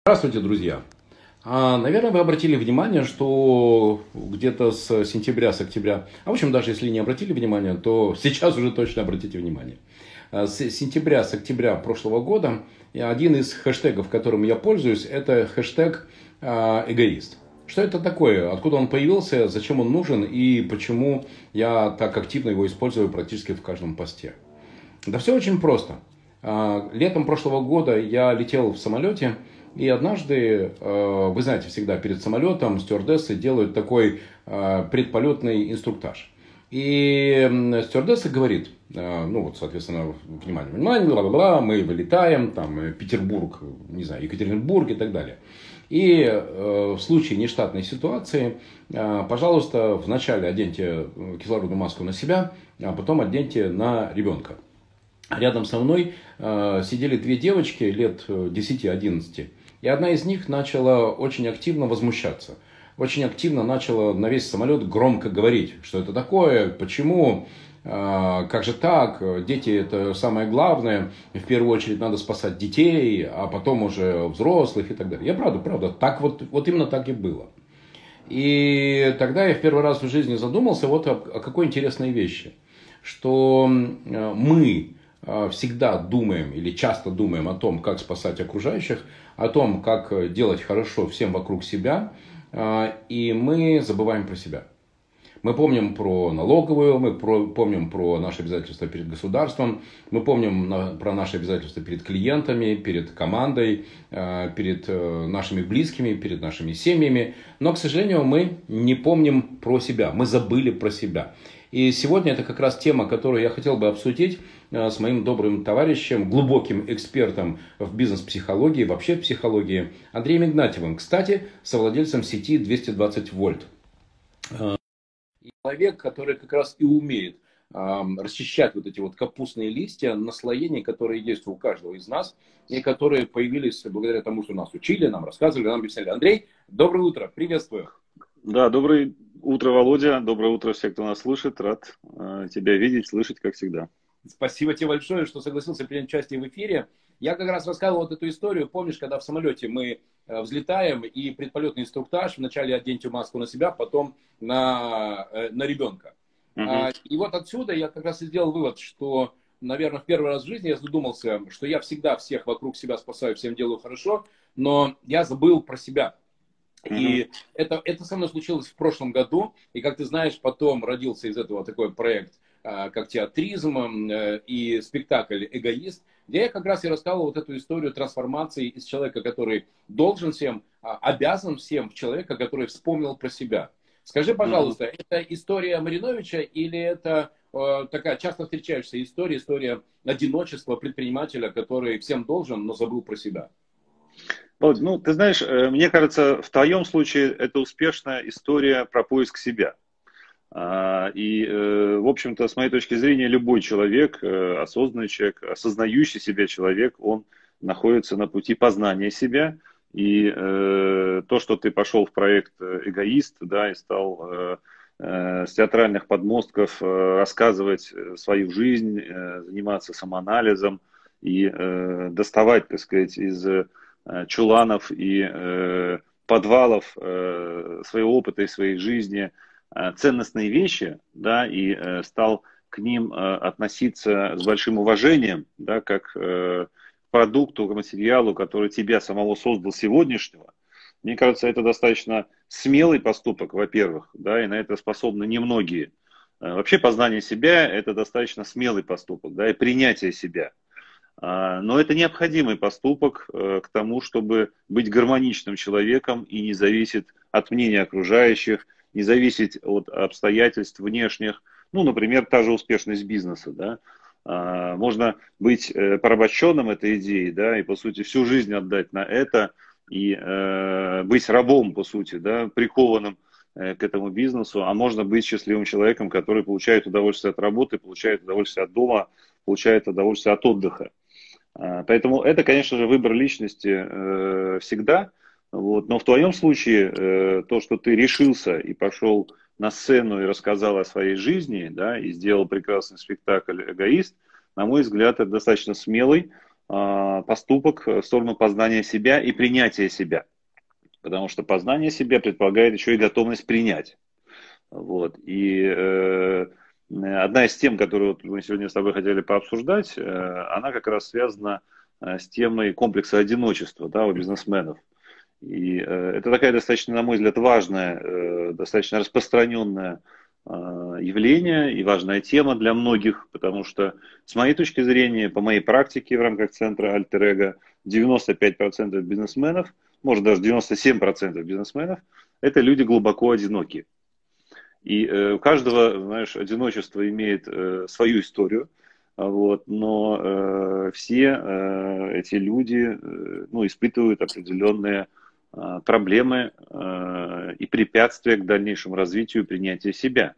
Здравствуйте, друзья! Наверное, вы обратили внимание, что где-то с сентября, с октября, в общем, даже если не обратили внимание, то сейчас уже точно обратите внимание. С сентября, с октября прошлого года один из хэштегов, которым я пользуюсь, это хэштег эгоист. Что это такое? Откуда он появился? Зачем он нужен? И почему я так активно его использую практически в каждом посте? Да все очень просто. Летом прошлого года я летел в самолете. И однажды, вы знаете, всегда перед самолетом стюардессы делают такой предполетный инструктаж. И стюардесса говорит, ну вот, соответственно, внимание, внимание, бла-бла-бла, мы вылетаем, там, Петербург, не знаю, Екатеринбург и так далее. И в случае нештатной ситуации, пожалуйста, вначале оденьте кислородную маску на себя, а потом оденьте на ребенка. Рядом со мной сидели две девочки лет 10-11. И одна из них начала очень активно возмущаться. Очень активно начала на весь самолет громко говорить, что это такое, почему, как же так, дети это самое главное, в первую очередь надо спасать детей, а потом уже взрослых и так далее. Я правда, так вот именно так и было. И тогда я в первый раз в жизни задумался вот о какой интересной вещи, что мы всегда думаем или часто думаем о том, как спасать окружающих, о том, как делать хорошо всем вокруг себя, и мы забываем про себя. Мы помним про налоговую, мы помним про наши обязательства перед государством, мы помним про наши обязательства перед клиентами, перед командой, перед нашими близкими, перед нашими семьями. Но, к сожалению, мы не помним про себя, мы забыли про себя. И сегодня это как раз тема, которую я хотел бы обсудить с моим добрым товарищем, глубоким экспертом в бизнес-психологии, вообще в психологии, Андреем Игнатьевым. Кстати, совладельцем сети 220 вольт. Человек, который как раз и умеет расчищать вот эти вот капустные листья, наслоения, которые есть у каждого из нас, и которые появились благодаря тому, что нас учили, нам рассказывали, нам объясняли. Андрей, доброе утро, приветствую. Да, доброе утро, Володя. Доброе утро всем, кто нас слышит. Рад тебя видеть, слышать, как всегда. Спасибо тебе большое, что согласился принять участие в эфире. Я как раз рассказывал вот эту историю. Помнишь, когда в самолете мы взлетаем, и предполетный инструктаж, вначале оденьте маску на себя, потом на ребенка. Угу. И вот отсюда я как раз и сделал вывод, что, наверное, в первый раз в жизни я задумался, что я всегда всех вокруг себя спасаю, всем делаю хорошо, но я забыл про себя. И это со мной случилось в прошлом году. И, как ты знаешь, потом родился из этого такой проект, как театризм и спектакль «Эгоист», где я как раз и рассказывал вот эту историю трансформации из человека, который должен всем, обязан всем, в человека, который вспомнил про себя. Скажи, пожалуйста, это история Мариновича или это такая часто встречающаяся история одиночества предпринимателя, который всем должен, но забыл про себя? Володь, ну, ты знаешь, мне кажется, в твоем случае это успешная история про поиск себя. В общем-то, с моей точки зрения, любой человек, осознанный человек, осознающий себя человек, он находится на пути познания себя. И то, что ты пошел в проект «Эгоист», да, и стал с театральных подмостков рассказывать свою жизнь, заниматься самоанализом и доставать, так сказать, из чуланов и подвалов своего опыта и своей жизни ценностные вещи, да, и стал к ним относиться с большим уважением, да, как к продукту, к материалу, который тебя самого создал сегодняшнего. Мне кажется, это достаточно смелый поступок, во-первых, да, и на это способны немногие. Вообще познание себя – это достаточно смелый поступок, да, и принятие себя. Но это необходимый поступок к тому, чтобы быть гармоничным человеком и не зависеть от мнения окружающих, не зависеть от обстоятельств внешних. Ну, например, та же успешность бизнеса. Да? Можно быть порабощенным этой идеей, да, и, по сути, всю жизнь отдать на это, и быть рабом, по сути, да, прикованным к этому бизнесу, а можно быть счастливым человеком, который получает удовольствие от работы, получает удовольствие от дома, получает удовольствие от отдыха. Поэтому это, конечно же, выбор личности всегда. Вот. Но в твоем случае то, что ты решился и пошел на сцену и рассказал о своей жизни, да, и сделал прекрасный спектакль «Эгоист», на мой взгляд, это достаточно смелый поступок в сторону познания себя и принятия себя. Потому что познание себя предполагает еще и готовность принять. Вот. И одна из тем, которую вот мы сегодня с тобой хотели пообсуждать, она как раз связана с темой комплекса одиночества, да, у бизнесменов. И это такая достаточно, на мой взгляд, важная, достаточно распространенное явление и важная тема для многих, потому что, с моей точки зрения, по моей практике в рамках центра Альтер-Эго, 95% бизнесменов, может даже 97% бизнесменов, это люди глубоко одинокие. И у каждого, знаешь, одиночество имеет свою историю, вот, но все эти люди ну, испытывают определенные проблемы и препятствия к дальнейшему развитию и принятию себя.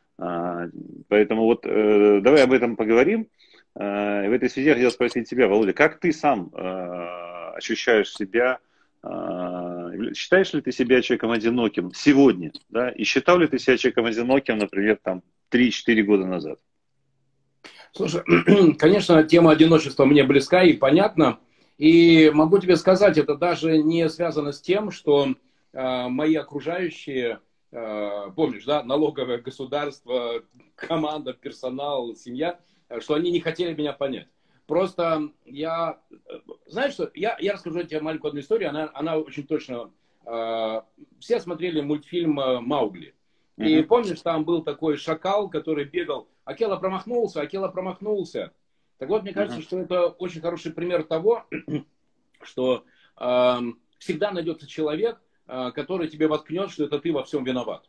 Поэтому вот давай об этом поговорим. В этой связи я хотел спросить тебя, Володя, как ты сам ощущаешь себя, считаешь ли ты себя человеком одиноким сегодня, да, и считал ли ты себя человеком одиноким, например, там 3-4 года назад? Слушай, конечно, тема одиночества мне близка и понятна. И могу тебе сказать, это даже не связано с тем, что мои окружающие, помнишь, да, налоговое государство, команда, персонал, семья, что они не хотели меня понять. Просто я, знаешь что, я расскажу тебе маленькую одну историю, она очень точно, все смотрели мультфильм «Маугли». И помнишь, там был такой шакал, который бегал, Акела промахнулся, Акела промахнулся. Так вот, мне кажется, что это очень хороший пример того, что всегда найдется человек, который тебе воткнет, что это ты во всем виноват.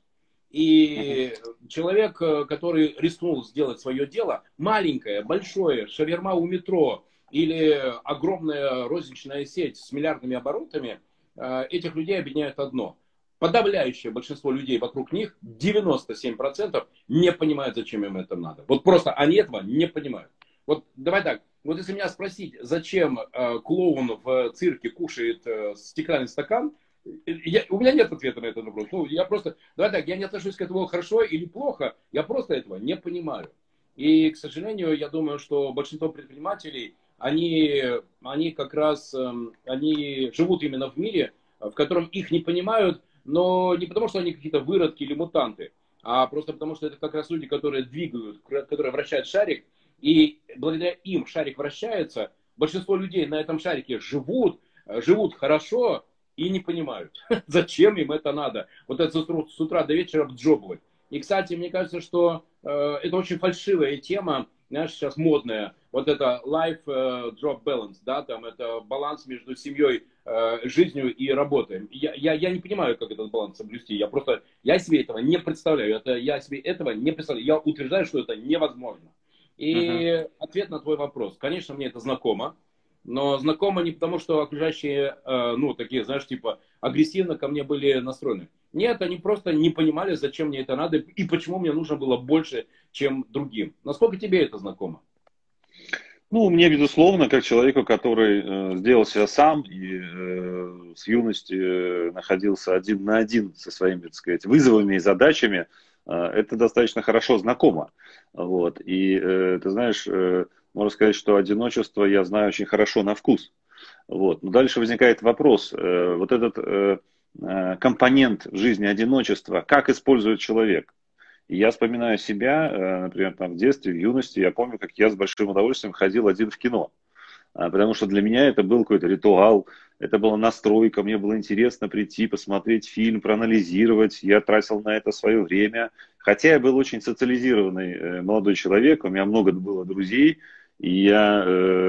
И человек, который рискнул сделать свое дело, маленькое, большое, шаверма у метро или огромная розничная сеть с миллиардными оборотами, этих людей объединяет одно. Подавляющее большинство людей вокруг них, 97%, не понимают, зачем им это надо. Вот просто они этого не понимают. Вот давай так, вот если меня спросить, зачем клоун в цирке кушает стеклянный стакан, у меня нет ответа на этот вопрос. Ну, я просто, давай так, я не отношусь к этому хорошо или плохо, я просто этого не понимаю. И, к сожалению, я думаю, что большинство предпринимателей, они как раз, они живут именно в мире, в котором их не понимают, но не потому, что они какие-то выродки или мутанты, а просто потому, что это как раз люди, которые двигают, которые вращают шарик, и благодаря им шарик вращается, большинство людей на этом шарике живут хорошо и не понимают, зачем им это надо. Вот это с утра до вечера обджобывать. И, кстати, мне кажется, что это очень фальшивая тема, знаешь, сейчас модная, вот это life-job balance, да, там это баланс между семьей, жизнью и работой. Я не понимаю, как этот баланс соблюсти. Я себе этого не представляю. Я себе этого не представляю. Я утверждаю, что это невозможно. И ответ на твой вопрос. Конечно, мне это знакомо. Но знакомо не потому, что окружающие, ну, такие, знаешь, типа, агрессивно ко мне были настроены. Нет, они просто не понимали, зачем мне это надо и почему мне нужно было больше, чем другим. Насколько тебе это знакомо? Ну, мне, безусловно, как человеку, который сделал себя сам и с юности находился один на один со своими, так сказать, вызовами и задачами, это достаточно хорошо знакомо. Вот. И ты знаешь, можно сказать, что одиночество я знаю очень хорошо на вкус. Вот. Но дальше возникает вопрос, вот этот компонент в жизни одиночества, как использует человек? И я вспоминаю себя, например, там в детстве, в юности, я помню, как я с большим удовольствием ходил один в кино. Потому что для меня это был какой-то ритуал, это была настройка, мне было интересно прийти, посмотреть фильм, проанализировать, я тратил на это свое время. Хотя я был очень социализированный молодой человек, у меня много было друзей, и я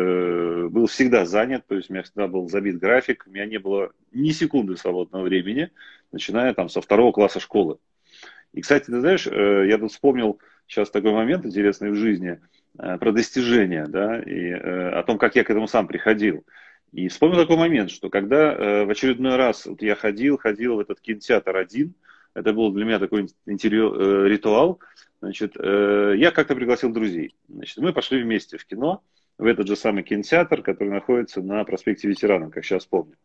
был всегда занят, то есть у меня всегда был забит график, у меня не было ни секунды свободного времени, начиная там со 2 класса школы. И, кстати, ты знаешь, я тут вспомнил сейчас такой момент интересный в жизни про достижения, да, и о том, как я к этому сам приходил. И вспомнил такой момент, что когда в очередной раз вот я ходил в этот кинотеатр один, это был для меня такой ритуал, значит, я как-то пригласил друзей. Значит, мы пошли вместе в кино, в этот же самый кинотеатр, который находится на проспекте Ветеранов, как сейчас помню.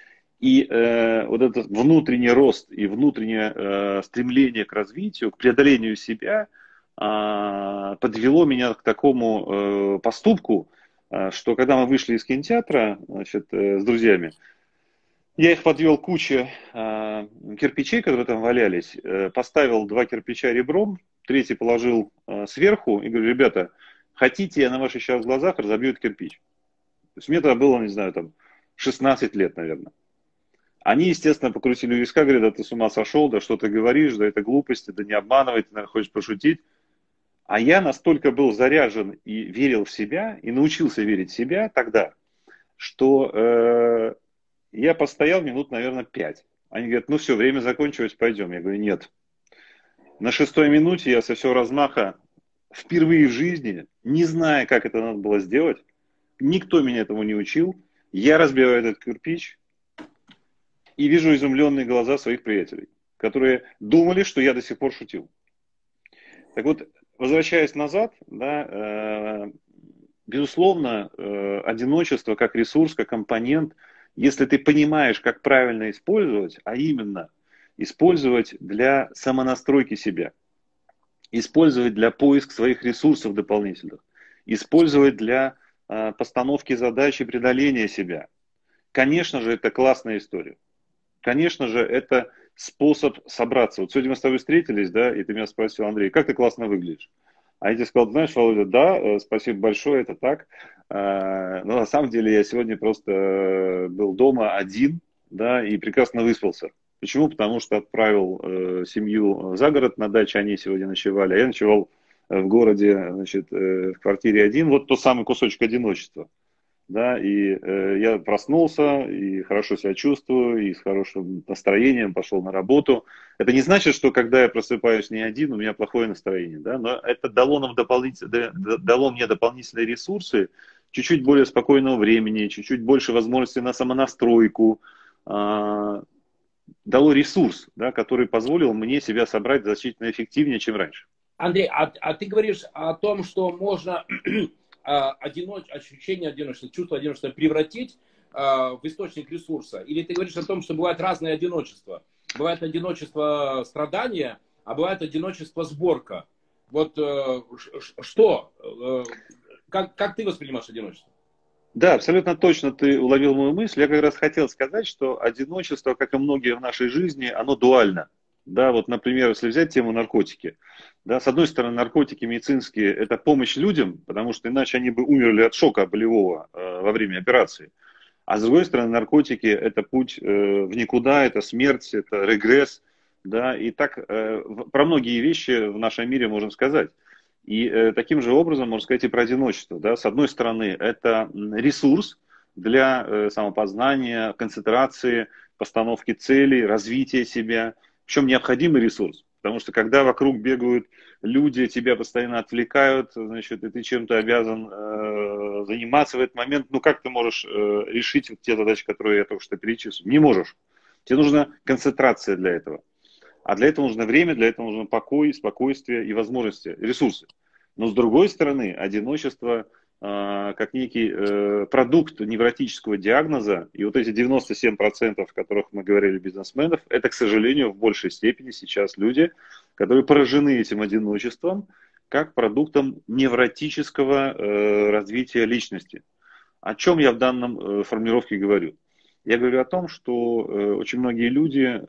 И вот этот внутренний рост и внутреннее стремление к развитию, к преодолению себя подвело меня к такому поступку, что когда мы вышли из кинотеатра, значит, с друзьями, я их подвел куче кирпичей, которые там валялись, поставил 2 кирпича ребром, третий положил сверху и говорю: ребята, хотите, я на ваших сейчас глазах разобью этот кирпич? То есть мне тогда было, не знаю, там 16 лет, наверное. Они, естественно, покрутили у виска, говорят: да ты с ума сошел, да что ты говоришь, да это глупости, да не обманывай, ты, наверное, хочешь пошутить. А я настолько был заряжен и верил в себя, и научился верить в себя тогда, что я постоял минут, наверное, 5. Они говорят: ну все, время закончилось, пойдем. Я говорю: нет. На 6-й минуте я со всего размаха, впервые в жизни, не зная, как это надо было сделать, никто меня этому не учил, я разбиваю этот кирпич и вижу изумленные глаза своих приятелей, которые думали, что я до сих пор шутил. Так вот, возвращаясь назад, да, безусловно, одиночество как ресурс, как компонент, если ты понимаешь, как правильно использовать, а именно использовать для самонастройки себя, использовать для поиска своих ресурсов дополнительных, использовать для постановки задач и преодоления себя. Конечно же, это классная история. Конечно же, это способ собраться. Вот сегодня мы с тобой встретились, да, и ты меня спросил: Андрей, как ты классно выглядишь? А я тебе сказал: знаешь, Володя, да, спасибо большое, это так. Но на самом деле я сегодня просто был дома один, да, и прекрасно выспался. Почему? Потому что отправил семью за город на дачу, они сегодня ночевали, а я ночевал в городе, значит, в квартире один. Вот тот самый кусочек одиночества. Да, и я проснулся, и хорошо себя чувствую, и с хорошим настроением пошел на работу. Это не значит, что когда я просыпаюсь не один, у меня плохое настроение, да, но это дало мне дополнительные ресурсы, чуть-чуть более спокойного времени, чуть-чуть больше возможностей на самонастройку, дало ресурс, да, который позволил мне себя собрать значительно эффективнее, чем раньше. Андрей, а ты говоришь о том, что можно ощущение одиночества, чувство одиночества превратить в источник ресурса? Или ты говоришь о том, что бывает разное одиночество? Бывает одиночество страдания, а бывает одиночество сборка. Вот что? Как ты воспринимаешь одиночество? Да, абсолютно точно ты уловил мою мысль. Я как раз хотел сказать, что одиночество, как и многие в нашей жизни, оно дуально. Да, вот, например, если взять тему наркотики. Да, с одной стороны, наркотики медицинские – это помощь людям, потому что иначе они бы умерли от шока болевого во время операции. А с другой стороны, наркотики – это путь в никуда, это смерть, это регресс. Да, и так про многие вещи в нашем мире можно сказать. И таким же образом можно сказать и про одиночество. Да? С одной стороны, это ресурс для самопознания, концентрации, постановки целей, развития себя. Причем необходимый ресурс. Потому что когда вокруг бегают люди, тебя постоянно отвлекают, значит, и ты чем-то обязан заниматься в этот момент, ну как ты можешь решить вот те задачи, которые я только что перечислил? Не можешь. Тебе нужна концентрация для этого. А для этого нужно время, для этого нужно покой, спокойствие и возможности, ресурсы. Но с другой стороны, одиночество как некий продукт невротического диагноза, и вот эти 97%, о которых мы говорили, бизнесменов, это, к сожалению, в большей степени сейчас люди, которые поражены этим одиночеством как продуктом невротического развития личности. О чем я в данном формулировке говорю? Я говорю о том, что очень многие люди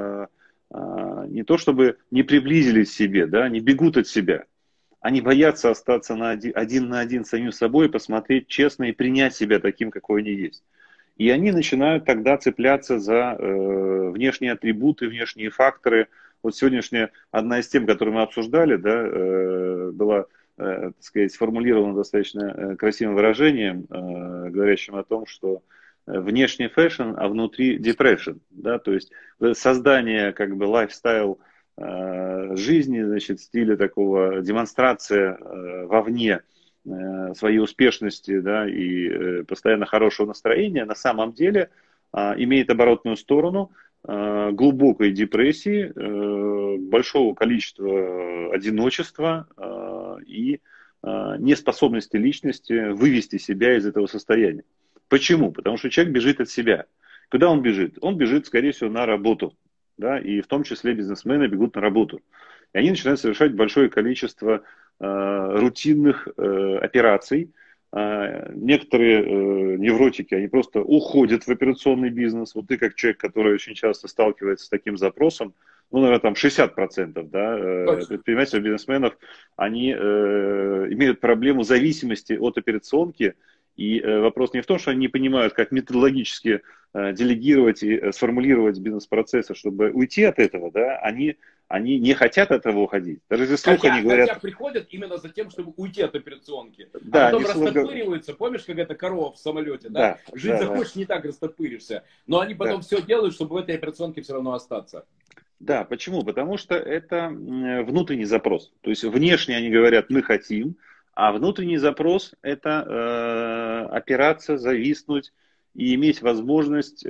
не то чтобы не приблизились к себе, да, не бегут от себя. Они боятся остаться один на один с самим собой, посмотреть честно и принять себя таким, какой они есть. И они начинают тогда цепляться за внешние атрибуты, внешние факторы. Вот сегодняшняя одна из тем, которую мы обсуждали, да, была, так сказать, сформулирована достаточно красивым выражением, говорящим о том, что внешний фэшн, а внутри депрессион, да, то есть создание как бы лайфстайл жизни, значит, стиля такого, демонстрация вовне своей успешности, да, и постоянно хорошего настроения, на самом деле имеет оборотную сторону глубокой депрессии, большого количества одиночества и неспособности личности вывести себя из этого состояния. Почему? Потому что человек бежит от себя. Куда он бежит? Он бежит, скорее всего, на работу. Да, и в том числе бизнесмены бегут на работу. И они начинают совершать большое количество рутинных операций, Некоторые невротики, они просто уходят в операционный бизнес. Вот ты как человек, который очень часто сталкивается с таким запросом, ну, наверное, там 60%, да, Точно. предпринимателей, бизнесменов, они имеют проблему зависимости от операционки. И вопрос не в том, что они не понимают, как методологически делегировать и сформулировать бизнес-процессы, чтобы уйти от этого, да, они не хотят от этого уходить. Даже если вслух они Хотя говорят, приходят именно за тем, чтобы уйти от операционки. А да, потом они вслух говорят, растопыриваются. Помнишь, как эта корова в самолете, да? да, Жить да, да, захочешь, не так растопыришься. Но они да. потом все делают, чтобы в этой операционке все равно остаться. Да, почему? Потому что это внутренний запрос. То есть внешне они говорят «мы хотим», а внутренний запрос – это опираться, зависнуть и иметь возможность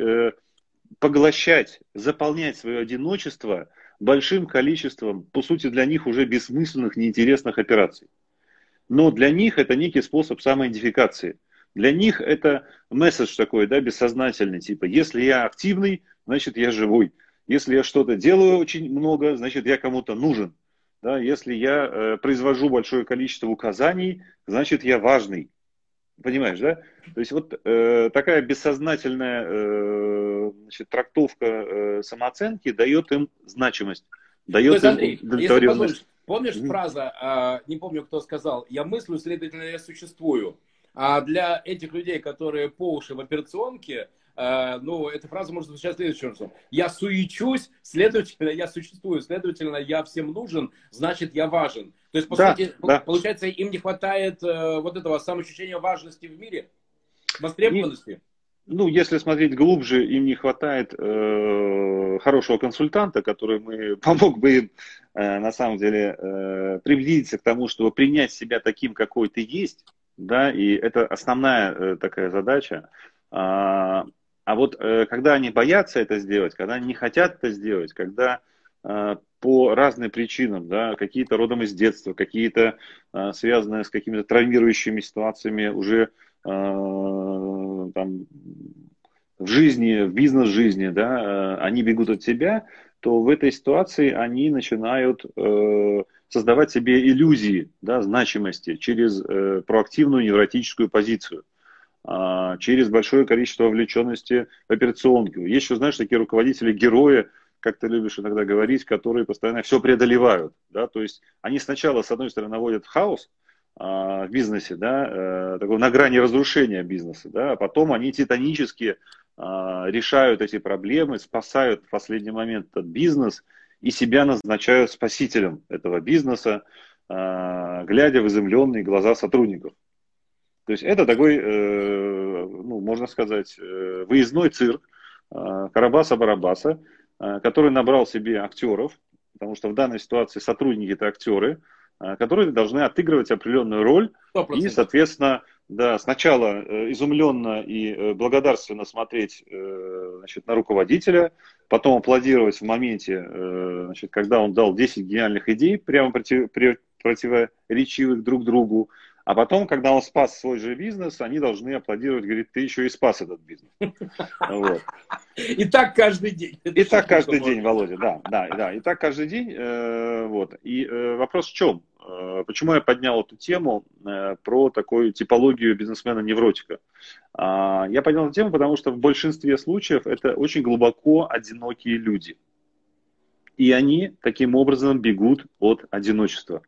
поглощать, заполнять свое одиночество большим количеством, по сути, для них уже бессмысленных, неинтересных операций. Но для них это некий способ самоидентификации. Для них это месседж такой, да, бессознательный, типа, если я активный, значит я живой. Если я что-то делаю очень много, значит я кому-то нужен. Да, если я произвожу большое количество указаний, значит я важный. Понимаешь, да? То есть вот такая бессознательная значит, трактовка самооценки дает им значимость, То есть, дает им Андрей, если удовлетворенность. позволишь, помнишь Мгм. фраза, не помню, кто сказал, я мыслю, следовательно, я существую. А для этих людей, которые по уши в операционке, ну, эта фраза может звучать следующим образом. Я суечусь, следовательно, я существую, следовательно, я всем нужен, значит, я важен. То есть, по Да, сути, да. получается, им не хватает вот этого самоощущения важности в мире, И, востребованности. ну, если смотреть глубже, им не хватает хорошего консультанта, который помог бы им на самом деле приблизиться к тому, чтобы принять себя таким, какой ты есть, да, и это основная такая задача. А вот когда они боятся это сделать, когда они не хотят это сделать, когда по разным причинам, да, какие-то родом из детства, какие-то связанные с какими-то травмирующими ситуациями уже там, в жизни, в бизнес-жизни, да, они бегут от себя, то в этой ситуации они начинают создавать себе иллюзии, да, значимости через проактивную невротическую позицию, через большое количество вовлеченности в операционку. Есть еще, знаешь, такие руководители-герои, как ты любишь иногда говорить, которые постоянно все преодолевают. Да? То есть они сначала, с одной стороны, наводят хаос в бизнесе, да, такой на грани разрушения бизнеса, да, а потом они титанически решают эти проблемы, спасают в последний момент этот бизнес и себя назначают спасителем этого бизнеса, глядя в изумленные глаза сотрудников. То есть это такой, ну, можно сказать, выездной цирк Карабаса-Барабаса, который набрал себе актеров, потому что в данной ситуации сотрудники это актеры, которые должны отыгрывать определенную роль Сто и, процентов. соответственно, да, сначала изумленно и благодарственно смотреть значит, на руководителя, потом аплодировать в моменте, значит, когда он дал 10 гениальных идей, прямо противоречивых друг другу, а потом, когда он спас свой же бизнес, они должны аплодировать, говорит, ты еще и спас этот бизнес. Вот. И так каждый день. И Это так шутка, каждый по-моему. день, Володя, да, да, да, и так каждый день, вот. И вопрос в чем? Почему я поднял эту тему про такую типологию бизнесмена-невротика? Я поднял эту тему, потому что в большинстве случаев это очень глубоко одинокие люди. И они таким образом бегут от одиночества.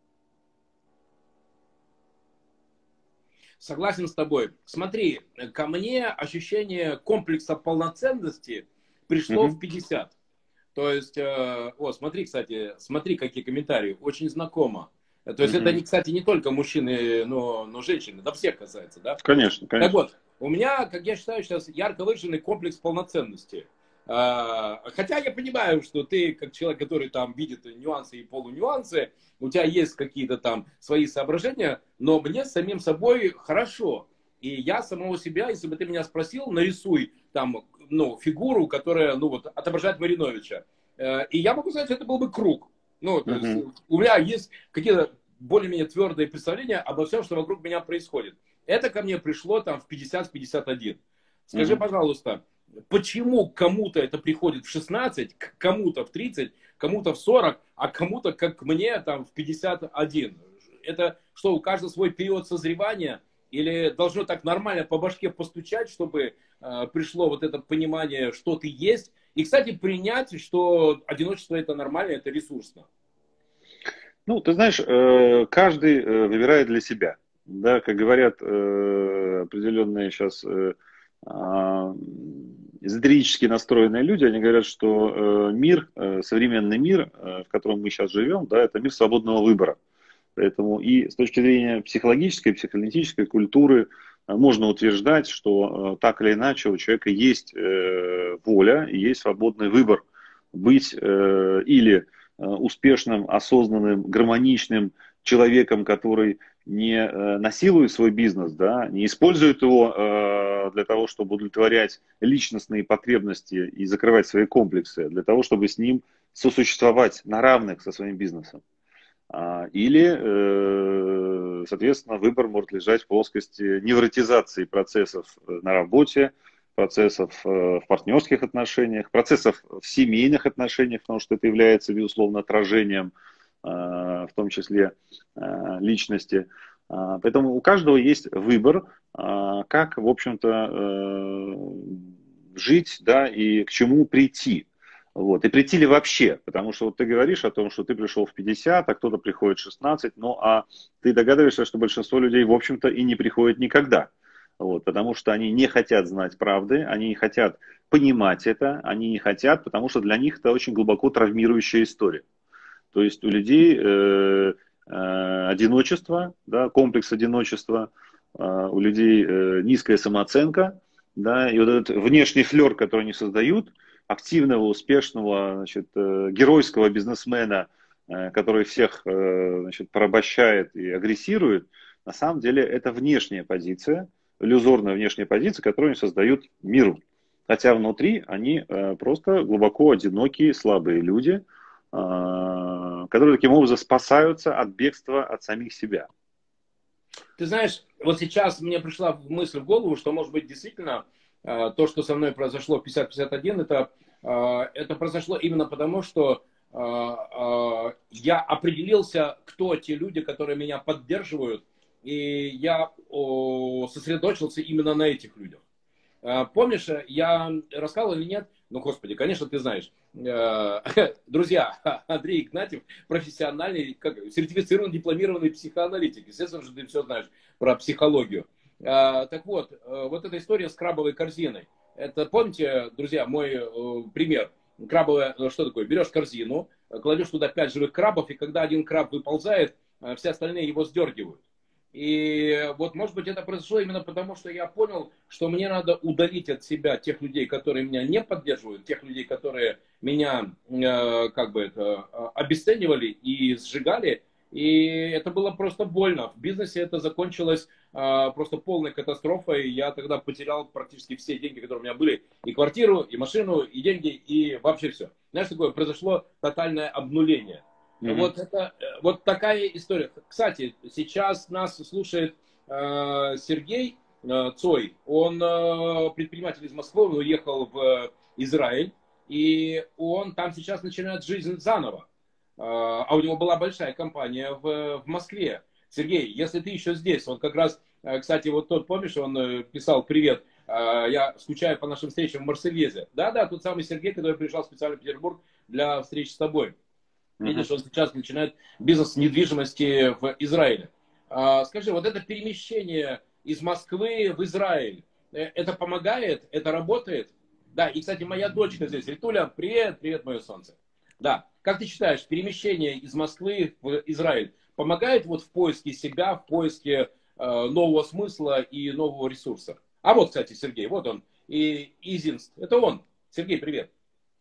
Согласен с тобой. Смотри, ко мне ощущение комплекса полноценности пришло в Мгм, 50. То есть, смотри, кстати, смотри, какие комментарии, очень знакомо. То есть это, мгм. кстати, не только мужчины, но женщины, да всех касается, да? Конечно, Так конечно. вот, у меня, как я считаю, сейчас ярко выраженный комплекс полноценности. Хотя я понимаю, что ты, как человек, который там видит нюансы и полунюансы, у тебя есть какие-то там свои соображения, но мне с самим собой хорошо. И я самого себя, если бы ты меня спросил, нарисуй там, ну, фигуру, которая, ну, вот, отображает Мариновича. И я могу сказать, что это был бы круг. Ну, то есть Мгм, у меня есть какие-то более-менее твердые представления обо всем, что вокруг меня происходит. Это ко мне пришло там в 50-51. Скажи, мгм. пожалуйста, почему кому-то это приходит в 16, к кому-то в 30, кому-то в 40, а кому-то, как мне, там в 51? Это что, у каждого свой период созревания? Или должно так нормально по башке постучать, чтобы пришло вот это понимание, что ты есть. И, кстати, принять, что одиночество это нормально, это ресурсно. Ну, ты знаешь, каждый выбирает для себя. Да, как говорят определенные сейчас эзотерически настроенные люди, они говорят, что мир, современный мир, в котором мы сейчас живем, да, это мир свободного выбора. Поэтому и с точки зрения психологической, психоаналитической культуры можно утверждать, что так или иначе у человека есть воля и есть свободный выбор быть или успешным, осознанным, гармоничным человеком, который не насилует свой бизнес, да, не использует его для того, чтобы удовлетворять личностные потребности и закрывать свои комплексы, для того, чтобы с ним сосуществовать на равных со своим бизнесом. Или, соответственно, выбор может лежать в плоскости невротизации процессов на работе, процессов в партнерских отношениях, процессов в семейных отношениях, потому что это является, безусловно, отражением, в том числе, личности. Поэтому у каждого есть выбор, как, в общем-то, жить, да, и к чему прийти. Вот. И прийти ли вообще? Потому что вот ты говоришь о том, что ты пришел в 50, а кто-то приходит в 16, ну а ты догадываешься, что большинство людей, в общем-то, и не приходит никогда. Вот, потому что они не хотят знать правды, они не хотят понимать это, они не хотят, потому что для них это очень глубоко травмирующая история. То есть у людей одиночество, да, комплекс одиночества, у людей низкая самооценка, да, и вот этот внешний флер, который они создают, активного, успешного, значит, геройского бизнесмена, который всех, значит, порабощает и агрессирует, на самом деле это внешняя позиция, иллюзорная внешняя позиция, которую они создают миру. Хотя внутри они просто глубоко одинокие, слабые люди, которые таким образом спасаются от бегства от самих себя. Ты знаешь, вот сейчас мне пришла мысль в голову, что, может быть, действительно то, что со мной произошло в 50-51, это произошло именно потому, что я определился, кто те люди, которые меня поддерживают, и я сосредоточился именно на этих людях. Помнишь, я рассказывал или нет? Ну, господи, конечно, ты знаешь. Друзья, Андрей Игнатьев, профессиональный, сертифицированный, дипломированный психоаналитик. Естественно же, ты все знаешь про психологию. Так вот, вот эта история с крабовой корзиной. Это, помните, друзья, мой пример. Крабовая, что такое? Берешь корзину, кладешь туда 5 живых крабов, и когда один краб выползает, все остальные его сдергивают. И вот, может быть, это произошло именно потому, что я понял, что мне надо удалить от себя тех людей, которые меня не поддерживают, тех людей, которые меня как бы это обесценивали и сжигали. И это было просто больно. В бизнесе это закончилось просто полной катастрофой. Я тогда потерял практически все деньги, которые у меня были. И квартиру, и машину, и деньги, и вообще все. Знаешь, такое произошло тотальное обнуление. Mm-hmm. Вот такая история. Кстати, сейчас нас слушает Сергей Цой. Он предприниматель из Москвы, он уехал в Израиль. И он там сейчас начинает жизнь заново. А у него была большая компания в Москве. Сергей, если ты еще здесь, вот как раз, кстати, вот тот, помнишь, он писал: привет, я скучаю по нашим встречам в Марсельезе. Да-да, тот самый Сергей, который приезжал специально в Петербург для встречи с тобой. Видишь, он сейчас начинает бизнес недвижимости в Израиле. Скажи, вот это перемещение из Москвы в Израиль, это помогает, это работает? Да, и, кстати, моя дочка здесь. Ритуля, привет, привет, мое солнце. Да, как ты считаешь, перемещение из Москвы в Израиль помогает вот в поиске себя, в поиске нового смысла и нового ресурса? А вот, кстати, Сергей, вот он, и Изинст, это он. Сергей, привет.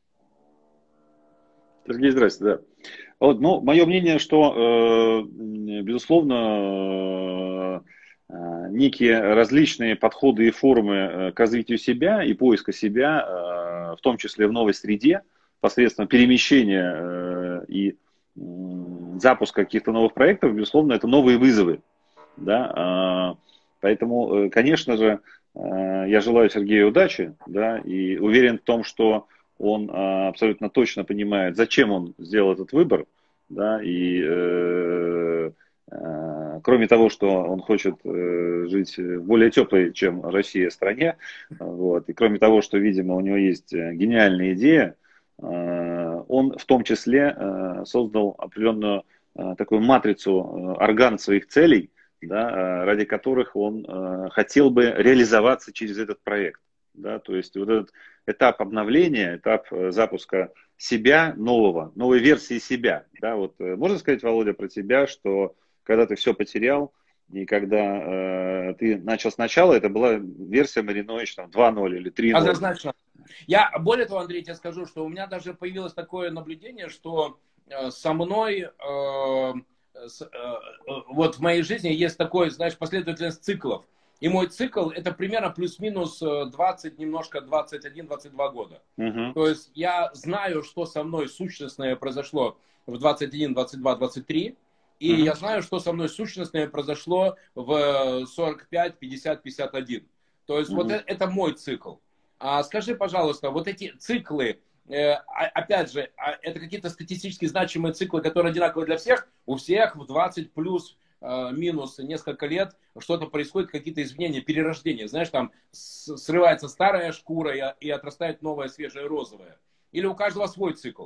Сергей, здрасте, да. Вот, ну, мое мнение, что, безусловно, некие различные подходы и формы к развитию себя и поиска себя, в том числе в новой среде, посредством перемещения и запуска каких-то новых проектов, безусловно, это новые вызовы. Да? Поэтому, конечно же, я желаю Сергею удачи, да, и уверен в том, что он абсолютно точно понимает, зачем он сделал этот выбор, да, и Кроме того, что он хочет жить в более теплой, чем Россия, стране, вот, и кроме того, что, видимо, у него есть гениальная идея, он в том числе создал определенную такую матрицу орган своих целей, да, ради которых он хотел бы реализоваться через этот проект. Да, то есть вот этот этап обновления, этап запуска себя нового, новой версии себя. Да, вот, можно сказать, Володя, про тебя, что когда ты все потерял, и когда ты начал сначала, это была версия Маринович там 2.0 или 3.0. Однозначно. Я, более того, Андрей, тебе скажу, что у меня даже появилось такое наблюдение, что со мной, вот в моей жизни есть такой, знаешь, последовательность циклов. И мой цикл это примерно плюс-минус 20, немножко 21-22 года. Угу. То есть я знаю, что со мной сущностное произошло в 21, 22, 23. И Угу. я знаю, что со мной сущностное произошло в 45, 50, 51. То есть вот это мой цикл. А скажи, пожалуйста, вот эти циклы, опять же, это какие-то статистически значимые циклы, которые одинаковы для всех? У всех в 20 плюс минус несколько лет что-то происходит, какие-то изменения, перерождения. Знаешь, там срывается старая шкура и отрастает новая, свежая, розовая. Или у каждого свой цикл?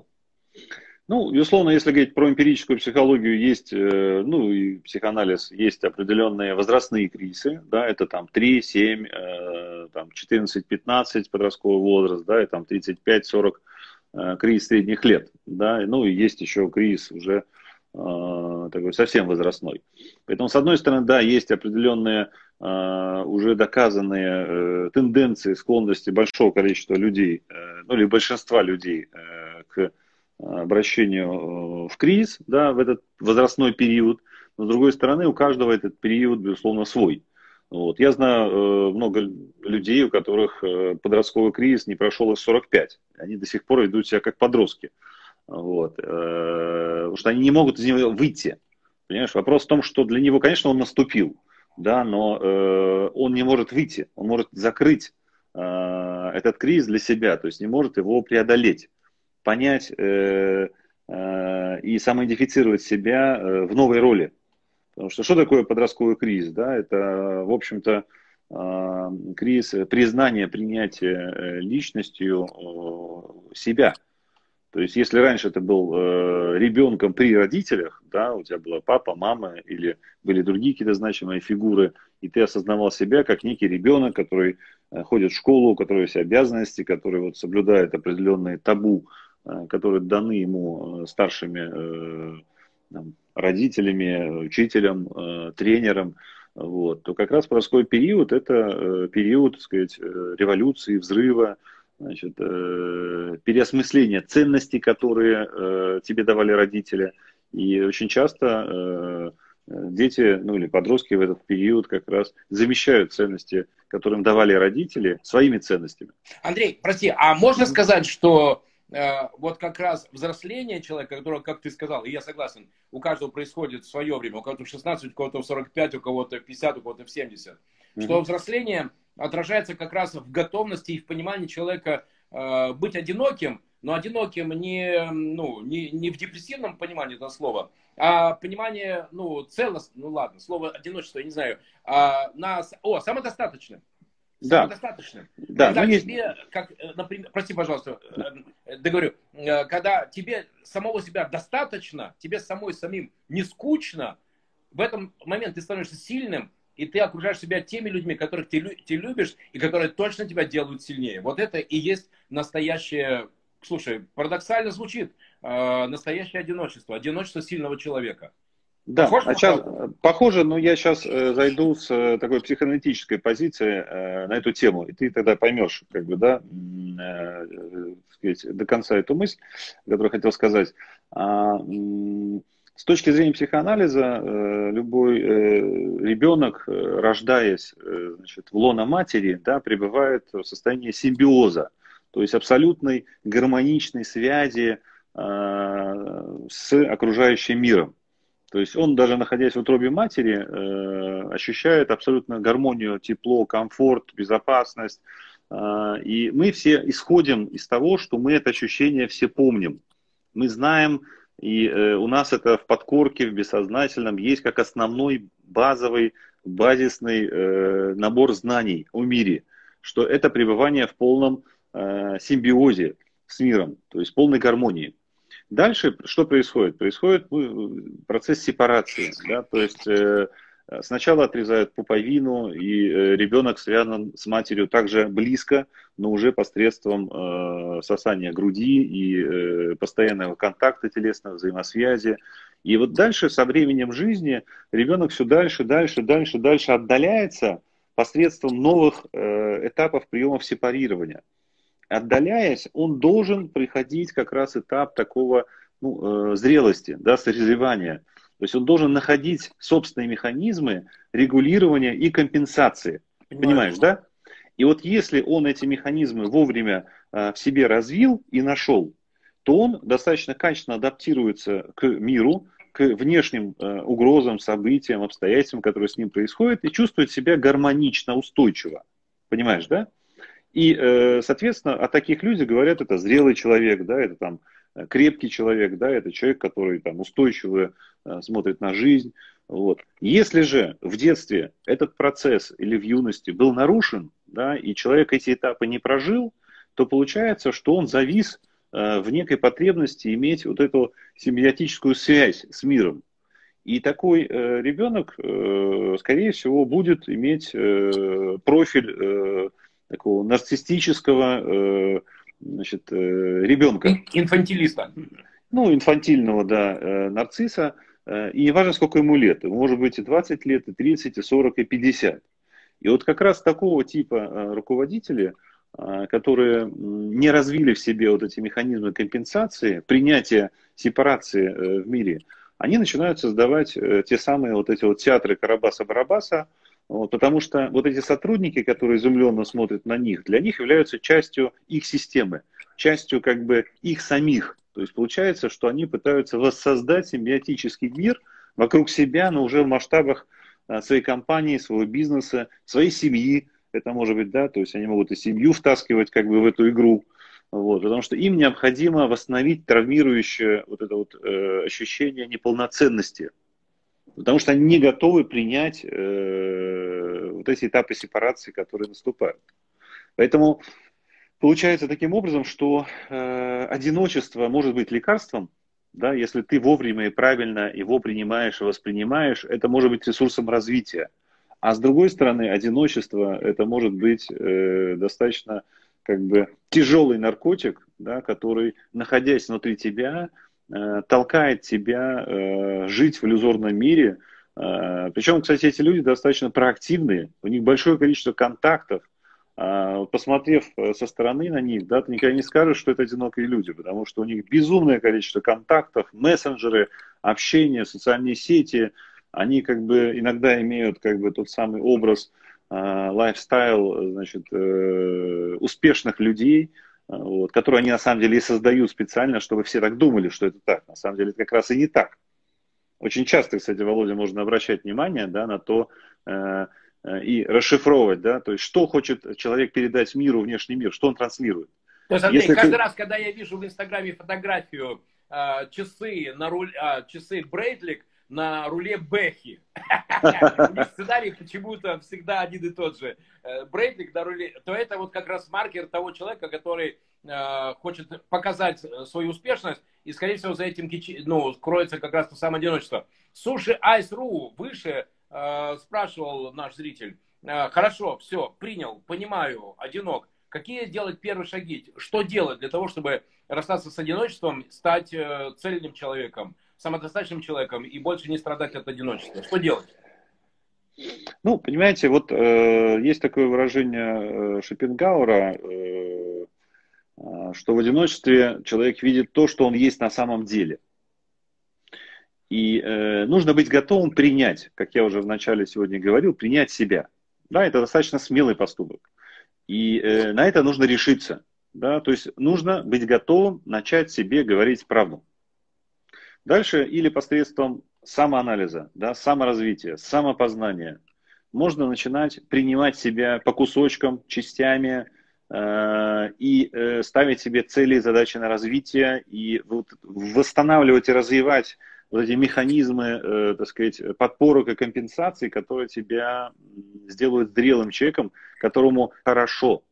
Ну, безусловно, если говорить про эмпирическую психологию, есть, ну, и психоанализ, есть определенные возрастные кризисы, да, это там 3, 7, там 14, 15 подростковый возраст, да, и там 35, 40 кризис средних лет, да, ну, и есть еще кризис уже такой совсем возрастной. Поэтому, с одной стороны, да, есть определенные уже доказанные тенденции, склонности большого количества людей, ну, или большинства людей к обращению в кризис, да, в этот возрастной период. Но с другой стороны, у каждого этот период, безусловно, свой. Вот. Я знаю много людей, у которых подростковый кризис не прошел и 45. Они до сих пор ведут себя как подростки. Вот. Потому что они не могут из него выйти. Понимаешь? Вопрос в том, что для него, конечно, он наступил, да, но он не может выйти. Он может закрыть этот кризис для себя, то есть не может его преодолеть, понять и самоидентифицировать себя в новой роли. Потому что такое подростковый кризис? Да? Это, в общем-то, кризис признания, принятия личностью себя. То есть, если раньше ты был ребенком при родителях, да, у тебя была папа, мама или были другие какие-то значимые фигуры, и ты осознавал себя как некий ребенок, который ходит в школу, у которого есть обязанности, который вот соблюдает определенные табу, которые даны ему старшими родителями, учителем, тренером, вот, то как раз подростковый период это период, так сказать, революции, взрыва, значит, переосмысления ценностей, которые тебе давали родители. И очень часто дети, ну или подростки в этот период как раз замещают ценности, которые им давали родители, своими ценностями. Андрей, прости, а можно сказать, что вот как раз взросление человека, которого, как ты сказал, и я согласен, у каждого происходит в свое время, у кого-то в 16, у кого-то в 45, у кого-то в 50, у кого-то в 70, что взросление отражается как раз в готовности и в понимании человека быть одиноким, но одиноким не в депрессивном понимании этого слова, а понимание, ладно, слово одиночество, я не знаю, самодостаточным. Да. Самодостаточным. Да, Когда тебе, например, прости, пожалуйста, договорю, когда тебе самого себя достаточно, тебе самим не скучно, в этом момент ты становишься сильным, и ты окружаешь себя теми людьми, которых ты любишь, и которые точно тебя делают сильнее. Вот это и есть настоящее, слушай, парадоксально звучит, настоящее одиночество, одиночество сильного человека. Да, похоже, но я сейчас зайду с такой психоаналитической позиции на эту тему, и ты тогда поймешь, как бы, да, сказать, до конца эту мысль, которую хотел сказать. С точки зрения психоанализа, любой ребенок, рождаясь, значит, в лоно матери, да, пребывает в состоянии симбиоза, то есть абсолютной гармоничной связи с окружающим миром. То есть он, даже находясь в утробе матери, ощущает абсолютно гармонию, тепло, комфорт, безопасность. И мы все исходим из того, что мы это ощущение все помним. Мы знаем, И у нас это в подкорке, в бессознательном есть как основной базовый, базисный набор знаний о мире, что это пребывание в полном симбиозе с миром, то есть полной гармонии. Дальше что происходит? Происходит процесс сепарации. Да? То есть сначала отрезают пуповину, и ребенок связан с матерью также близко, но уже посредством сосания груди и постоянного контакта телесного, взаимосвязи. И вот дальше, со временем жизни, ребенок все дальше, дальше, дальше, дальше отдаляется посредством новых этапов приемов сепарирования. Отдаляясь, он должен проходить как раз этап такого зрелости, да, созревания. То есть он должен находить собственные механизмы регулирования и компенсации. Понимаешь, да? И вот если он эти механизмы вовремя в себе развил и нашел, то он достаточно качественно адаптируется к миру, к внешним угрозам, событиям, обстоятельствам, которые с ним происходят, и чувствует себя гармонично, устойчиво. Понимаешь, да? И, соответственно, о таких людях говорят, это зрелый человек, да, это там крепкий человек, да, это человек, который там устойчиво смотрит на жизнь. Вот. Если же в детстве этот процесс или в юности был нарушен, да, и человек эти этапы не прожил, то получается, что он завис в некой потребности иметь вот эту симбиотическую связь с миром. И такой ребенок, скорее всего, будет иметь профиль такого нарциссического ребенка. Инфантилиста. Ну, инфантильного, да, нарцисса. И не важно, сколько ему лет. Ему может быть и 20 лет, и 30, и 40, и 50. И вот как раз такого типа руководители, которые не развили в себе вот эти механизмы компенсации, принятия сепарации в мире, они начинают создавать те самые вот эти вот театры Карабаса-Барабаса, вот, потому что вот эти сотрудники, которые изумленно смотрят на них, для них являются частью их системы, частью как бы их самих. То есть получается, что они пытаются воссоздать симбиотический мир вокруг себя, но уже в масштабах своей компании, своего бизнеса, своей семьи. Это может быть, да, то есть они могут и семью втаскивать как бы в эту игру. Вот, потому что им необходимо восстановить травмирующее вот это вот ощущение неполноценности. Потому что они не готовы принять вот эти этапы сепарации, которые наступают. Поэтому получается таким образом, что одиночество может быть лекарством, да, если ты вовремя и правильно его принимаешь и воспринимаешь, это может быть ресурсом развития. А с другой стороны, одиночество это может быть достаточно как бы тяжелый наркотик, да, который, находясь внутри тебя, толкает тебя жить в иллюзорном мире. Причем, кстати, эти люди достаточно проактивные, у них большое количество контактов. Посмотрев со стороны на них, да, ты никогда не скажешь, что это одинокие люди, потому что у них безумное количество контактов, мессенджеры, общение, социальные сети. Они как бы иногда имеют как бы тот самый образ, лайфстайл, значит, успешных людей, вот, которые они на самом деле и создают специально, чтобы все так думали, что это так. На самом деле это как раз и не так. Очень часто, кстати, Володя, можно обращать внимание, да, на то и расшифровывать, да, то есть что хочет человек передать миру, внешний мир, что он транслирует. То есть, Андрей, каждый раз, когда я вижу в Инстаграме фотографию часы Брейтлик на руле Бэхи. У них сценарий почему-то всегда один и тот же. Брейтлик на руле, то это вот как раз маркер того человека, который хочет показать свою успешность, и, скорее всего, за этим кроется как раз то самое одиночество. Суши Айс.ру выше спрашивал наш зритель. Хорошо, все, принял, понимаю, одинок. Какие делать первые шаги? Что делать для того, чтобы расстаться с одиночеством, стать цельным человеком, самодостаточным человеком и больше не страдать от одиночества? Что делать? Ну, понимаете, вот есть такое выражение Шопенгауэра, что в одиночестве человек видит то, что он есть на самом деле. И нужно быть готовым принять, как я уже в начале сегодня говорил, принять себя. Да, это достаточно смелый поступок. И на это нужно решиться. Да, то есть нужно быть готовым начать себе говорить правду. Дальше или посредством самоанализа, да, саморазвития, самопознания можно начинать принимать себя по кусочкам, частями, ставить себе цели и задачи на развитие, и вот восстанавливать и развивать вот эти механизмы, так сказать, подпорок и компенсаций, которые тебя сделают зрелым человеком, которому хорошо.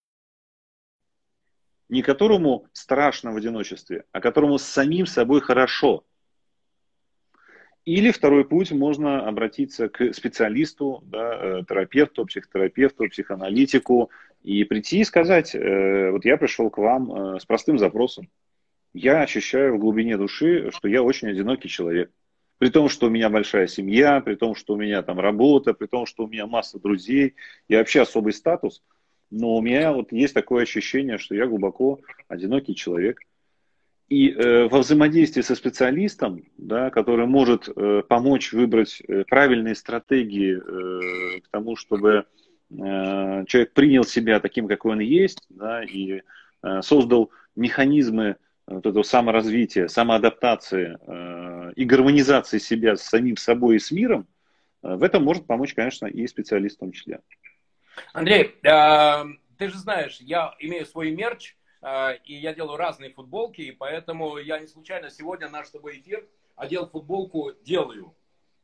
Не которому страшно в одиночестве, а которому с самим собой хорошо. Или второй путь, можно обратиться к специалисту, да, терапевту, психотерапевту, психоаналитику и прийти и сказать, вот я пришел к вам с простым запросом. Я ощущаю в глубине души, что я очень одинокий человек. При том, что у меня большая семья, при том, что у меня там работа, при том, что у меня масса друзей и вообще особый статус, но у меня вот есть такое ощущение, что я глубоко одинокий человек. И во взаимодействии со специалистом, да, который может помочь выбрать правильные стратегии к тому, чтобы человек принял себя таким, какой он есть, да, и создал механизмы вот этого саморазвития, самоадаптации и гармонизации себя с самим собой и с миром, в этом может помочь, конечно, и специалист в том числе. Андрей, ты же знаешь, я имею свой мерч, и я делаю разные футболки, и поэтому я не случайно сегодня наш с тобой эфир одел футболку «Делаю».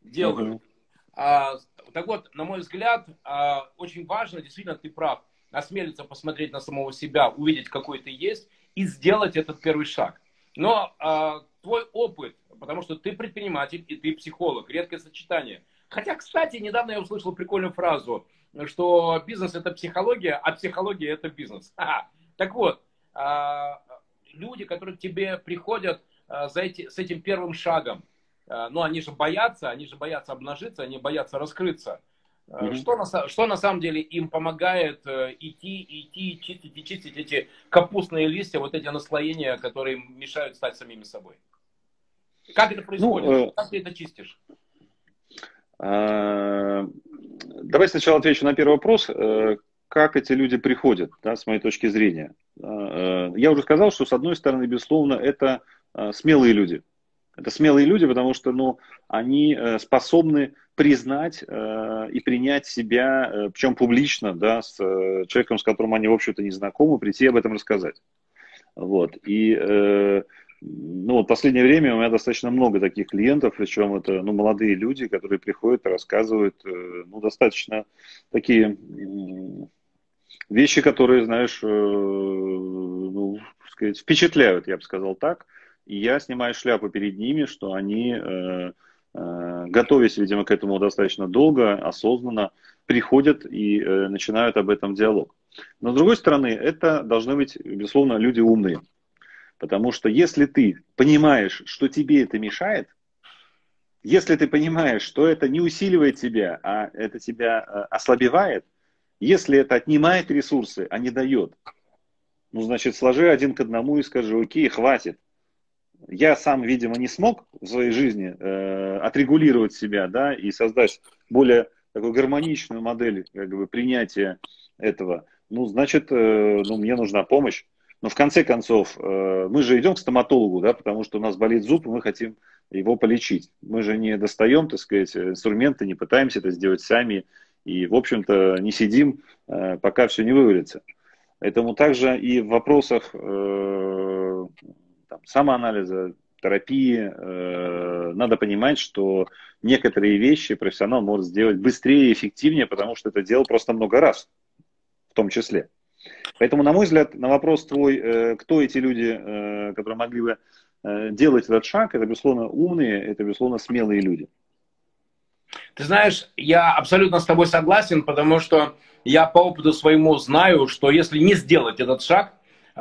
Так вот, на мой взгляд, очень важно, действительно, ты прав, осмелиться посмотреть на самого себя, увидеть, какой ты есть, и сделать этот первый шаг. Но твой опыт, потому что ты предприниматель и ты психолог, редкое сочетание. Хотя, кстати, недавно я услышал прикольную фразу, что бизнес это психология, а психология это бизнес. Так вот, люди, которые к тебе приходят с этим первым шагом, ну, они же боятся обнажиться, они боятся раскрыться. Что на самом деле им помогает идти, чистить эти капустные листья, вот эти наслоения, которые им мешают стать самими собой? Как это происходит? Как ты это чистишь? Давай сначала отвечу на первый вопрос. Как эти люди приходят, да, с моей точки зрения? Я уже сказал, что с одной стороны, безусловно, это смелые люди. Это смелые люди, потому что, ну, они способны признать и принять себя, причем публично, да, с человеком, с которым они, в общем-то, не знакомы, прийти об этом рассказать. Вот. И ну, вот в последнее время у меня достаточно много таких клиентов, причем это, ну, молодые люди, которые приходят и рассказывают, ну, достаточно такие вещи, которые, знаешь, ну, так сказать, впечатляют, я бы сказал так. И я снимаю шляпу перед ними, что они, готовясь, видимо, к этому достаточно долго, осознанно приходят и начинают об этом диалог. Но с другой стороны, это должны быть, безусловно, люди умные. Потому что если ты понимаешь, что тебе это мешает, если ты понимаешь, что это не усиливает тебя, а это тебя ослабевает, если это отнимает ресурсы, а не дает, ну, значит, сложи один к одному и скажи: окей, хватит. Я сам, видимо, не смог в своей жизни отрегулировать себя, да, и создать более такую гармоничную модель, как бы, принятия этого. Ну, значит, ну, мне нужна помощь. Но в конце концов, мы же идем к стоматологу, да, потому что у нас болит зуб, и мы хотим его полечить. Мы же не достаем, так сказать, инструменты, не пытаемся это сделать сами. И, в общем-то, не сидим, пока все не вывалится. Поэтому также и в вопросах там, самоанализа, терапии надо понимать, что некоторые вещи профессионал может сделать быстрее и эффективнее, потому что это делал просто много раз, в том числе. Поэтому, на мой взгляд, на вопрос твой, кто эти люди, которые могли бы делать этот шаг, это, безусловно, умные, это, безусловно, смелые люди. Ты знаешь, я абсолютно с тобой согласен, потому что я по опыту своему знаю, что если не сделать этот шаг,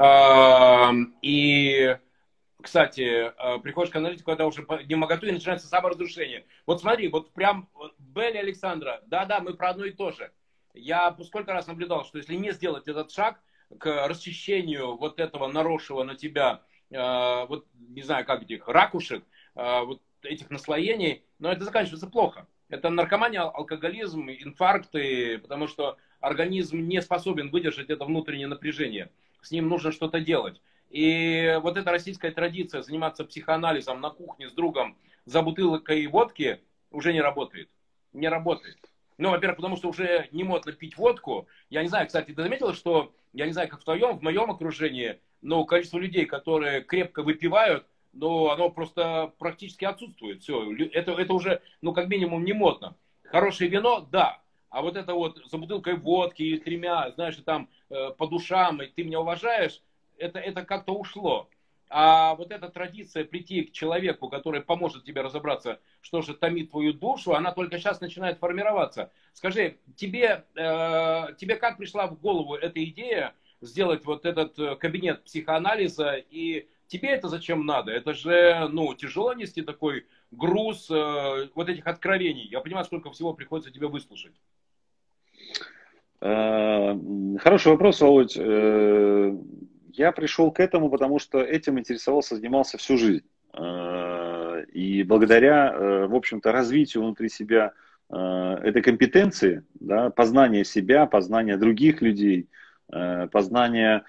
и, кстати, приходишь к аналитику, это уже не моготу, и начинается саморазрушение. Вот смотри, вот прям Белли Александра, да-да, мы про одно и то же. Я сколько раз наблюдал, что если не сделать этот шаг к расчищению вот этого наросшего на тебя, вот не знаю, как этих ракушек, вот этих наслоений, но это заканчивается плохо. Это наркомания, алкоголизм, инфаркты, потому что организм не способен выдержать это внутреннее напряжение. С ним нужно что-то делать. И вот эта российская традиция заниматься психоанализом на кухне с другом за бутылкой водки уже не работает. Не работает. Ну, во-первых, потому что уже не модно пить водку. Я не знаю, кстати, ты заметил, что я не знаю, как в моем окружении, но количество людей, которые крепко выпивают, но оно просто практически отсутствует. Все, это уже, ну, как минимум, не модно. Хорошее вино, да. А вот это вот за бутылкой водки или тремя, знаешь, там по душам, и ты меня уважаешь, это как-то ушло. А вот эта традиция прийти к человеку, который поможет тебе разобраться, что же томит твою душу, она только сейчас начинает формироваться. Скажи, тебе как пришла в голову эта идея сделать вот этот кабинет психоанализа, и тебе это зачем надо? Это же, ну, тяжело нести такой груз вот этих откровений. Я понимаю, сколько всего приходится тебе выслушать. Хороший вопрос, Володь. Я пришел к этому, потому что этим интересовался, занимался всю жизнь. И благодаря, в общем-то, развитию внутри себя этой компетенции, да, познания себя, познания других людей, познания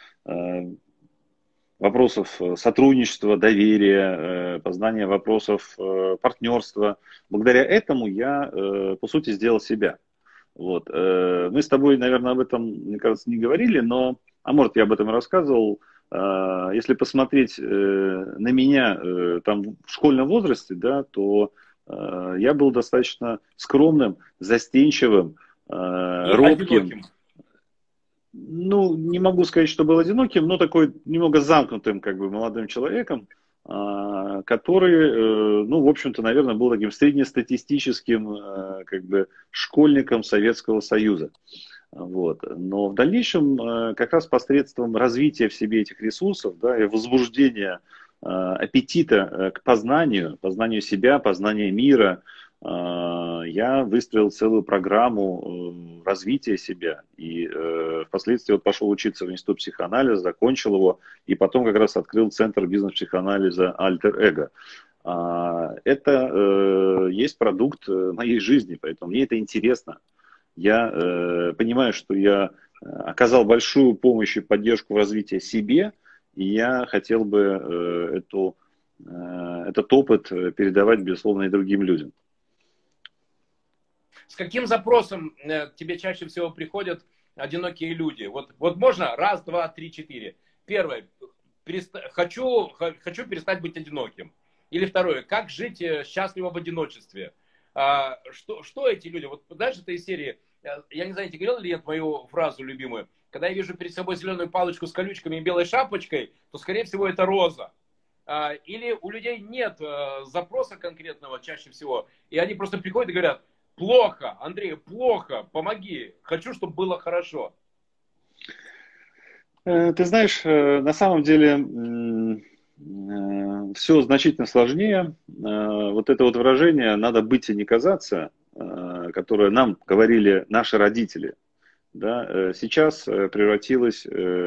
вопросов сотрудничества, доверия, познания вопросов партнерства, благодаря этому я, по сути, сделал себя. Вот. Мы с тобой, наверное, об этом, мне кажется, не говорили, но, а может, я об этом рассказывал. Если посмотреть на меня там в школьном возрасте, да, то я был достаточно скромным, застенчивым, робким. Одиноким. Ну, не могу сказать, что был одиноким, но такой немного замкнутым, как бы, молодым человеком, который, ну, в общем-то, наверное, был таким среднестатистическим, как бы, школьником Советского Союза. Вот. Но в дальнейшем, как раз посредством развития в себе этих ресурсов, да, и возбуждения аппетита к познанию себя, познанию мира, я выстроил целую программу развития себя. И впоследствии вот пошел учиться в институт психоанализа, закончил его, и потом как раз открыл центр бизнес-психоанализа Alter Ego. Это есть продукт моей жизни, поэтому мне это интересно. Я понимаю, что я оказал большую помощь и поддержку в развитии себе, и я хотел бы этот опыт передавать, безусловно, и другим людям. С каким запросом тебе чаще всего приходят одинокие люди? Вот можно? Раз, два, три, четыре. Первое. Хочу перестать быть одиноким. Или второе. Как жить счастливо в одиночестве? Что эти люди? Вот знаешь, это из серии, я не знаю, тебе говорил ли нет мою фразу любимую, когда я вижу перед собой зеленую палочку с колючками и белой шапочкой, то, скорее всего, это роза. Или у людей нет запроса конкретного чаще всего, и они просто приходят и говорят: плохо, Андрей, плохо, помоги, хочу, чтобы было хорошо. Ты знаешь, на самом деле все значительно сложнее. Вот это вот выражение «надо быть и не казаться», которое нам говорили наши родители, да, сейчас превратилось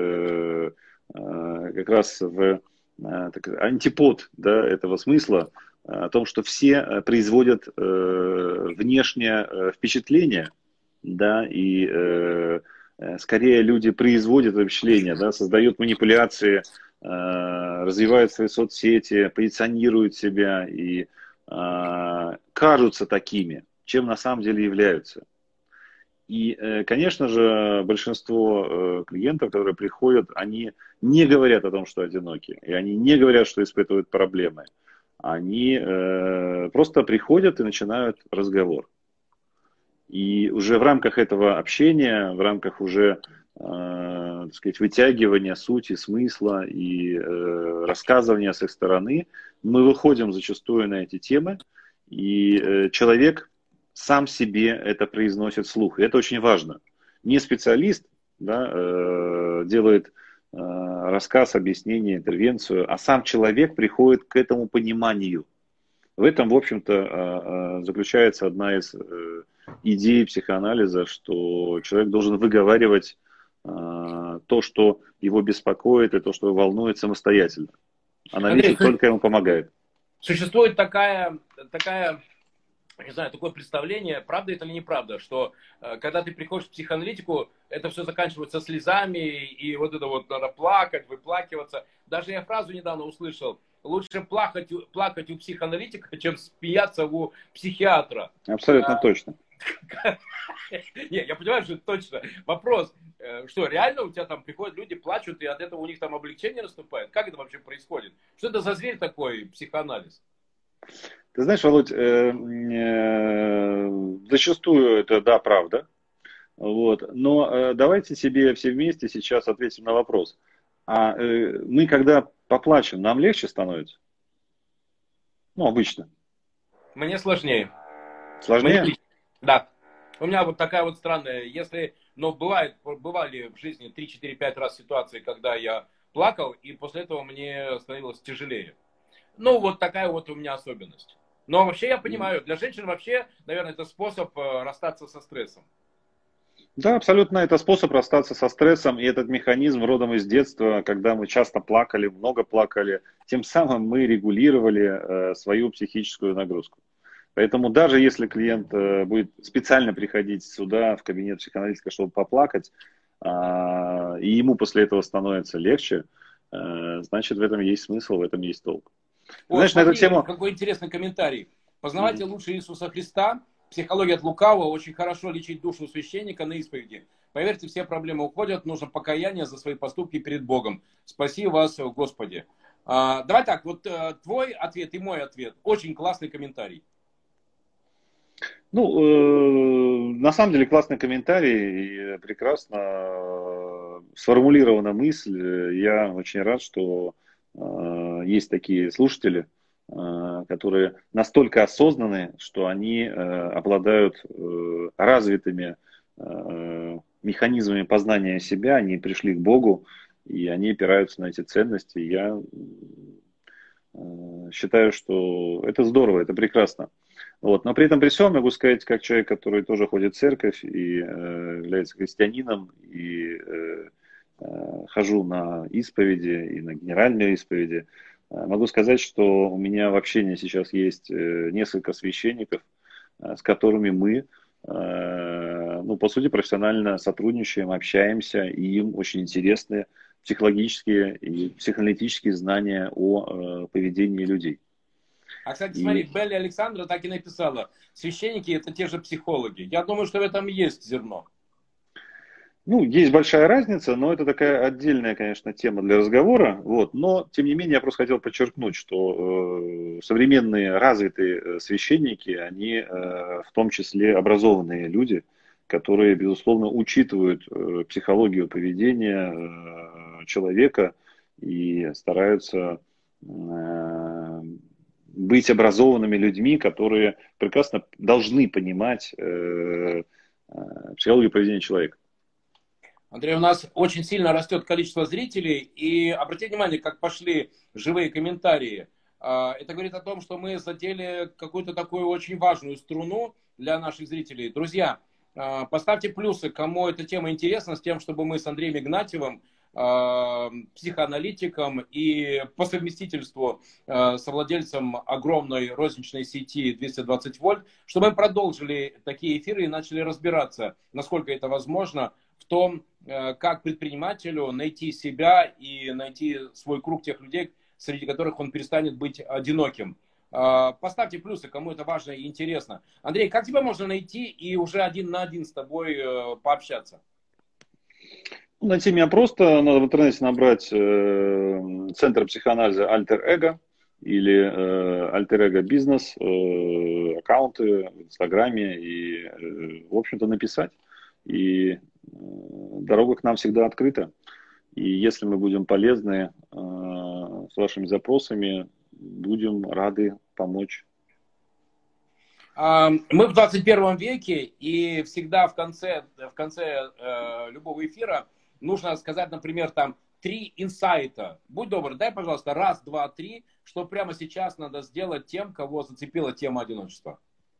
как раз в антипод, да, этого смысла, о том, что все производят внешнее впечатление, да, и скорее люди производят впечатление, да, создают манипуляции, развивают свои соцсети, позиционируют себя и кажутся такими, чем на самом деле являются. И, конечно же, большинство клиентов, которые приходят, они не говорят о том, что одиноки, и они не говорят, что испытывают проблемы. Они просто приходят и начинают разговор. И уже в рамках этого общения, в рамках уже, так сказать, вытягивания сути, смысла и рассказывания с их стороны, мы выходим зачастую на эти темы, и человек сам себе это произносит вслух. И это очень важно. Не специалист, да, делает рассказ, объяснение, интервенцию, а сам человек приходит к этому пониманию. В этом, в общем-то, заключается одна из идей психоанализа, что человек должен выговаривать то, что его беспокоит, и то, что его волнует, самостоятельно. Аналитик только ему помогает. Существует такая, не знаю, такое представление, правда это или неправда, что когда ты приходишь в психоаналитику, это все заканчивается слезами, и вот это вот надо плакать, выплакиваться. Даже я фразу недавно услышал: лучше плакать у психоаналитика, чем смеяться у психиатра. Абсолютно точно. Не, я понимаю, что это точно. Вопрос, что реально у тебя там приходят люди, плачут, и от этого у них там облегчение наступает? Как это вообще происходит? Что это за зверь такой, психоанализ? Ты знаешь, Володь, зачастую это, да, правда. Вот. Но давайте себе все вместе сейчас ответим на вопрос. А мы, когда поплачем, нам легче становится? Ну, обычно. Мне сложнее. Мне Сложнее? лично. Да. У меня вот такая вот странная, если, но бывали в жизни 3-4-5 раз ситуации, когда я плакал, и после этого мне становилось тяжелее. Ну, вот такая вот у меня особенность. Но вообще я понимаю, для женщин вообще, наверное, это способ расстаться со стрессом. Да, абсолютно. Это способ расстаться со стрессом, и этот механизм родом из детства, когда мы часто плакали, много плакали, тем самым мы регулировали свою психическую нагрузку. Поэтому даже если клиент будет специально приходить сюда, в кабинет психоаналитика, чтобы поплакать, и ему после этого становится легче, значит, в этом есть смысл, в этом есть толк. Ты Вот, знаешь, на эту смотри, тему... какой интересный комментарий. Познавайте Мгм. лучше Иисуса Христа. Психология от лукавого. Очень хорошо лечить душу священника на исповеди. Поверьте, все проблемы уходят. Нужно покаяние за свои поступки перед Богом. Спаси вас, Господи. Давай так, вот твой ответ и мой ответ. Очень классный комментарий. Ну, на самом деле классный комментарий и прекрасно сформулирована мысль. Я очень рад, что есть такие слушатели, которые настолько осознаны, что они обладают развитыми механизмами познания себя, они пришли к Богу, и они опираются на эти ценности. Я считаю, что это здорово, это прекрасно. Вот. Но при этом при всем могу сказать, как человек, который тоже ходит в церковь и является христианином, и хожу на исповеди и на генеральные исповеди, могу сказать, что у меня в общении сейчас есть несколько священников, с которыми мы, ну, по сути, профессионально сотрудничаем, общаемся, и им очень интересны психологические и психоаналитические знания о поведении людей. А, кстати, смотри, И Белли Александра так и написала. Священники это те же психологи. Я думаю, что в этом есть зерно. ну, есть большая разница, но это такая отдельная, конечно, тема для разговора. Вот. Но, тем не менее, я просто хотел подчеркнуть, что современные развитые священники, они в том числе образованные люди, которые, безусловно, учитывают психологию поведения человека и стараются быть образованными людьми, которые прекрасно должны понимать психологию поведения человека. Андрей, у нас очень сильно растет количество зрителей, и обратите внимание, как пошли живые комментарии. Это говорит о том, что мы задели какую-то такую очень важную струну для наших зрителей. Друзья, поставьте плюсы, кому эта тема интересна, с тем, чтобы мы с Андреем Игнатьевым, психоаналитиком и по совместительству совладельцем огромной розничной сети 220 вольт, чтобы мы продолжили такие эфиры и начали разбираться, насколько это возможно, в том, как предпринимателю найти себя и найти свой круг тех людей, среди которых он перестанет быть одиноким. Поставьте плюсы, кому это важно и интересно. Андрей, как тебя можно найти и уже один на один с тобой пообщаться? Найти меня просто, надо в интернете набрать центр психоанализа Alter Ego или Alter Ego бизнес, аккаунты в Инстаграме и, в общем-то, написать. И дорога к нам всегда открыта. И если мы будем полезны с вашими запросами, будем рады помочь. Мы в 21 веке, и всегда в конце любого эфира нужно сказать, например, там 3 инсайта. Будь добр, дай, пожалуйста, 1, 2, 3, что прямо сейчас надо сделать тем, кого зацепила тема одиночества.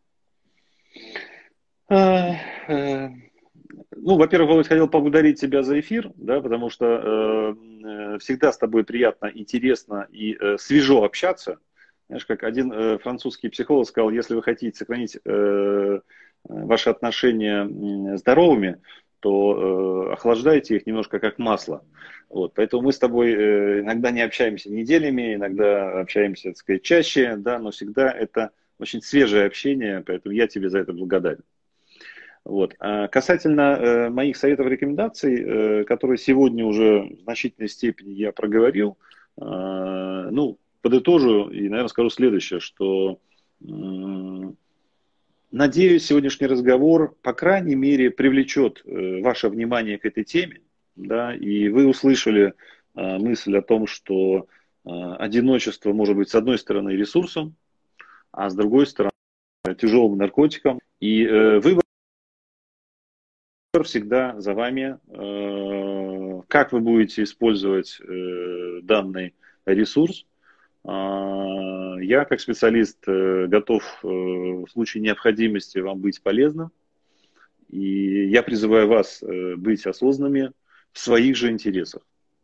Ну, во-первых, Володь, хотел поблагодарить тебя за эфир, да, потому что всегда с тобой приятно, интересно и свежо общаться. Знаешь, как один французский психолог сказал, если вы хотите сохранить ваши отношения здоровыми, то охлаждайте их немножко как масло. Вот, поэтому мы с тобой иногда не общаемся неделями, иногда общаемся, так сказать, чаще, да, но всегда это очень свежее общение, поэтому я тебе за это благодарен. Вот. А касательно моих советов и рекомендаций, которые сегодня уже в значительной степени я проговорил, ну, подытожу и, наверное, скажу следующее, что надеюсь, сегодняшний разговор, по крайней мере, привлечет ваше внимание к этой теме, да, и вы услышали мысль о том, что одиночество может быть, с одной стороны, ресурсом, а с другой стороны, тяжелым наркотиком. И выбор всегда за вами. Как вы будете использовать данный ресурс? Я, как специалист, готов в случае необходимости вам быть полезным. И я призываю вас быть осознанными в своих же интересах.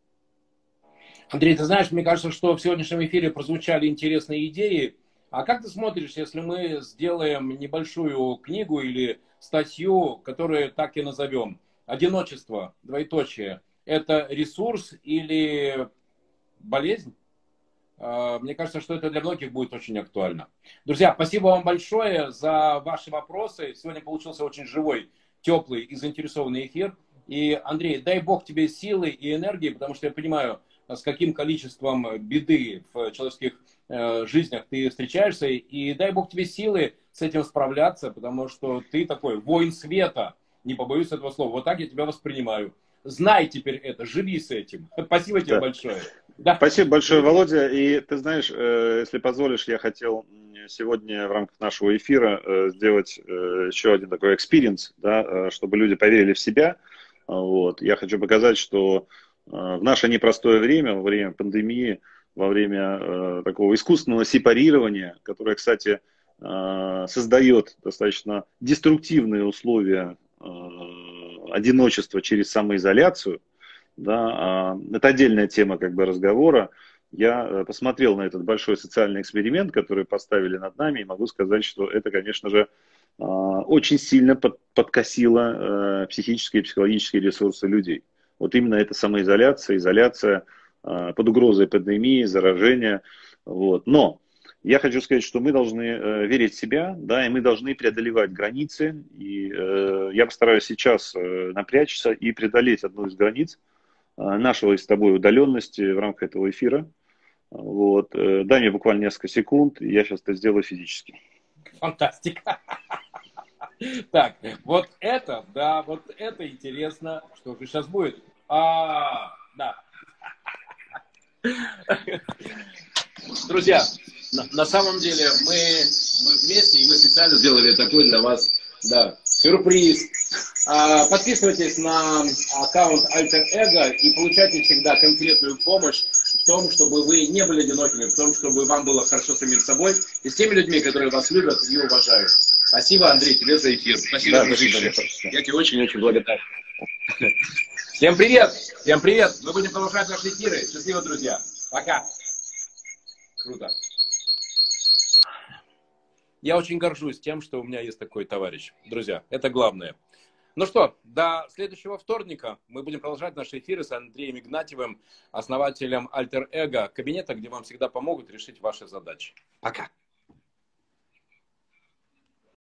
Андрей, ты знаешь, мне кажется, что в сегодняшнем эфире прозвучали интересные идеи. А как ты смотришь, если мы сделаем небольшую книгу или статью, которую так и назовем? Одиночество, двоеточие. Это ресурс или болезнь? Мне кажется, что это для многих будет очень актуально. Друзья, спасибо вам большое за ваши вопросы. Сегодня получился очень живой, теплый и заинтересованный эфир. И, Андрей, дай Бог тебе силы и энергии, потому что я понимаю, с каким количеством беды в человеческих жизнях ты встречаешься. И дай Бог тебе силы с этим справляться, потому что ты такой воин света. Не побоюсь этого слова. Вот так я тебя воспринимаю. Знай теперь это, живи с этим. Спасибо тебе большое. Да. Спасибо большое, Володя. И ты знаешь, если позволишь, я хотел сегодня в рамках нашего эфира сделать еще один такой экспириенс, да, чтобы люди поверили в себя. Вот. Я хочу показать, что в наше непростое время, во время пандемии, во время такого искусственного сепарирования, которое, кстати, создает достаточно деструктивные условия одиночества через самоизоляцию, да, это отдельная тема как бы разговора. Я посмотрел на этот большой социальный эксперимент, который поставили над нами, и могу сказать, что это, конечно же, очень сильно подкосило психические и психологические ресурсы людей. Вот именно эта самоизоляция, изоляция под угрозой пандемии, заражения. Вот. Но я хочу сказать, что мы должны верить в себя, да, и мы должны преодолевать границы. И я постараюсь сейчас напрячься и преодолеть одну из границ нашего с тобой удаленности в рамках этого эфира. Вот. Дай мне буквально несколько секунд, и я сейчас это сделаю физически. Фантастика. Так, вот это, да, вот это интересно, что же сейчас будет. Да. Друзья, на самом деле мы вместе, и мы специально сделали такой для вас, да, сюрприз. Подписывайтесь на аккаунт Alter Ego и получайте всегда конкретную помощь в том, чтобы вы не были одинокими, в том, чтобы вам было хорошо самим собой и с теми людьми, которые вас любят и уважают. Спасибо, Андрей, тебе за эфир. Спасибо, да, дружище. Я тебе очень-очень благодарен. Всем привет! Всем привет! Мы будем продолжать наши эфиры. Счастливо, друзья. Пока. Круто. Я очень горжусь тем, что у меня есть такой товарищ. Друзья, это главное. Ну что, до следующего вторника мы будем продолжать наши эфиры с Андреем Игнатьевым, основателем Alter Ego, кабинета, где вам всегда помогут решить ваши задачи. Пока.